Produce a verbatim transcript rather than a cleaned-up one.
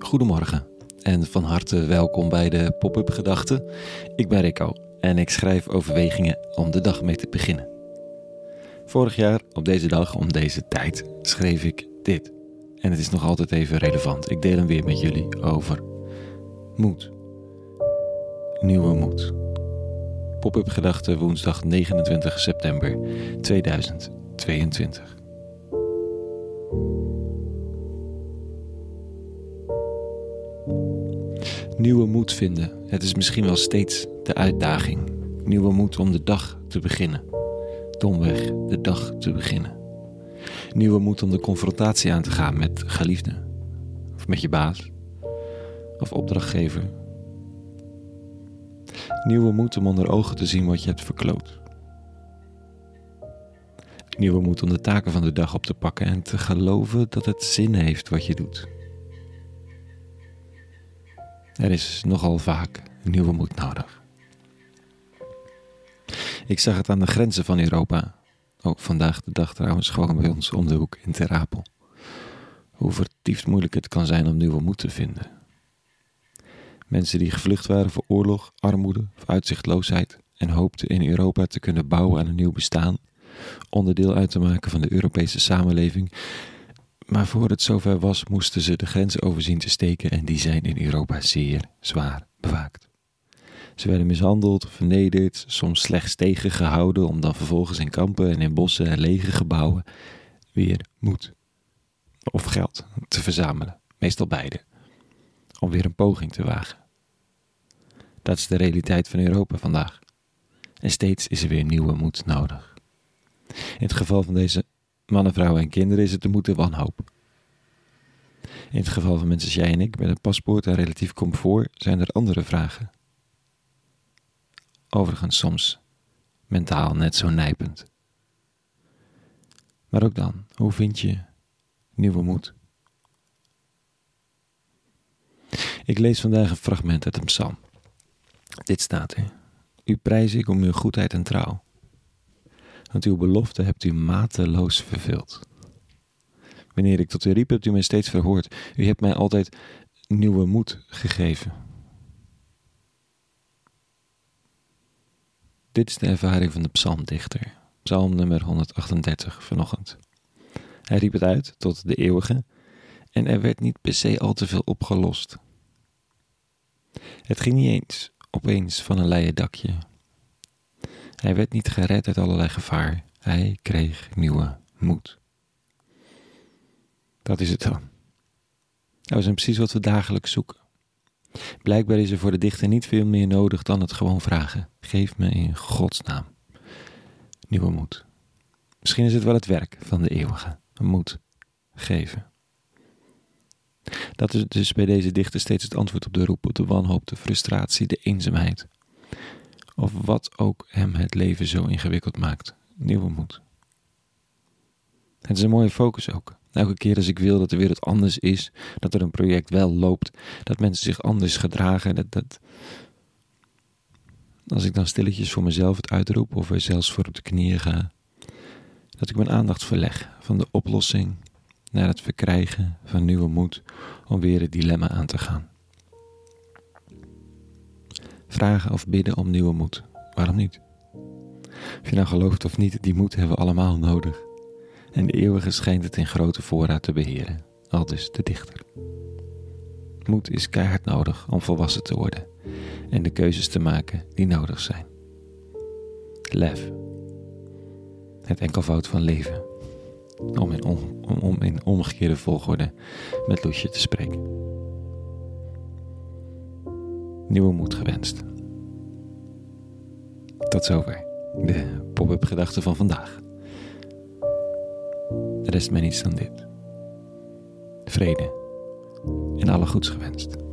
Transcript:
Goedemorgen en van harte welkom bij de Pop-up Gedachten. Ik ben Rico en ik schrijf overwegingen om de dag mee te beginnen. Vorig jaar op deze dag, om deze tijd, schreef ik dit. En het is nog altijd even relevant. Ik deel hem weer met jullie over moed. Nieuwe moed. Pop-up Gedachten woensdag negenentwintig september tweeduizend tweeëntwintig. Nieuwe moed vinden. Het is misschien wel steeds de uitdaging. Nieuwe moed om de dag te beginnen. Domweg de dag te beginnen. Nieuwe moed om de confrontatie aan te gaan met geliefde. Of met je baas. Of opdrachtgever. Nieuwe moed om onder ogen te zien wat je hebt verkloot. Nieuwe moed om de taken van de dag op te pakken en te geloven dat het zin heeft wat je doet. Er is nogal vaak nieuwe moed nodig. Ik zag het aan de grenzen van Europa. Ook vandaag de dag trouwens gewoon bij ons om de hoek in Ter Apel. Hoe vertiefd moeilijk het kan zijn om nieuwe moed te vinden. Mensen die gevlucht waren voor oorlog, armoede of uitzichtloosheid en hoopten in Europa te kunnen bouwen aan een nieuw bestaan, onderdeel uit te maken van de Europese samenleving. Maar voor het zover was, moesten ze de grenzen over zien te steken en die zijn in Europa zeer zwaar bewaakt. Ze werden mishandeld, vernederd, soms slechts tegengehouden om dan vervolgens in kampen en in bossen en lege gebouwen weer moed of geld te verzamelen, meestal beide, om weer een poging te wagen. Dat is de realiteit van Europa vandaag. En steeds is er weer nieuwe moed nodig. In het geval van deze mannen, vrouwen en kinderen is het de moed de wanhoop. In het geval van mensen als jij en ik met een paspoort en relatief comfort zijn er andere vragen. Overigens soms mentaal net zo nijpend. Maar ook dan, hoe vind je nieuwe moed? Ik lees vandaag een fragment uit een psalm. Dit staat er. U prijs ik om uw goedheid en trouw. Want uw belofte hebt u mateloos vervuld. Wanneer ik tot u riep, hebt u mij steeds verhoord. U hebt mij altijd nieuwe moed gegeven. Dit is de ervaring van de psalmdichter. Psalm nummer honderdachtendertig vanochtend. Hij riep het uit tot de eeuwige en er werd niet per se al te veel opgelost. Het ging niet eens opeens van een leien dakje. Hij werd niet gered uit allerlei gevaar. Hij kreeg nieuwe moed. Dat is het dan. Dat is precies wat we dagelijks zoeken. Blijkbaar is er voor de dichter niet veel meer nodig dan het gewoon vragen. Geef me in Gods naam nieuwe moed. Misschien is het wel het werk van de eeuwige. Moed geven. Dat is dus bij deze dichter steeds het antwoord op de roep, op de wanhoop, de frustratie, de eenzaamheid. Of wat ook hem het leven zo ingewikkeld maakt. Nieuwe moed. Het is een mooie focus ook. Elke keer als ik wil dat de wereld anders is, dat er een project wel loopt, dat mensen zich anders gedragen, dat, dat... als ik dan stilletjes voor mezelf het uitroep of er zelfs voor op de knieën ga, dat ik mijn aandacht verleg van de oplossing naar het verkrijgen van nieuwe moed om weer het dilemma aan te gaan. Vragen of bidden om nieuwe moed. Waarom niet? Of je nou gelooft of niet, die moed hebben we allemaal nodig. En de eeuwige schijnt het in grote voorraad te beheren. Aldus de dichter. Moed is keihard nodig om volwassen te worden en de keuzes te maken die nodig zijn. Lef. Het enkelvoud van leven. Om in, om, om in omgekeerde volgorde met Loesje te spreken. Nieuwe moed gewenst. Tot zover de pop-up gedachten van vandaag. Er rest mij niets dan dit. Vrede en alle goeds gewenst.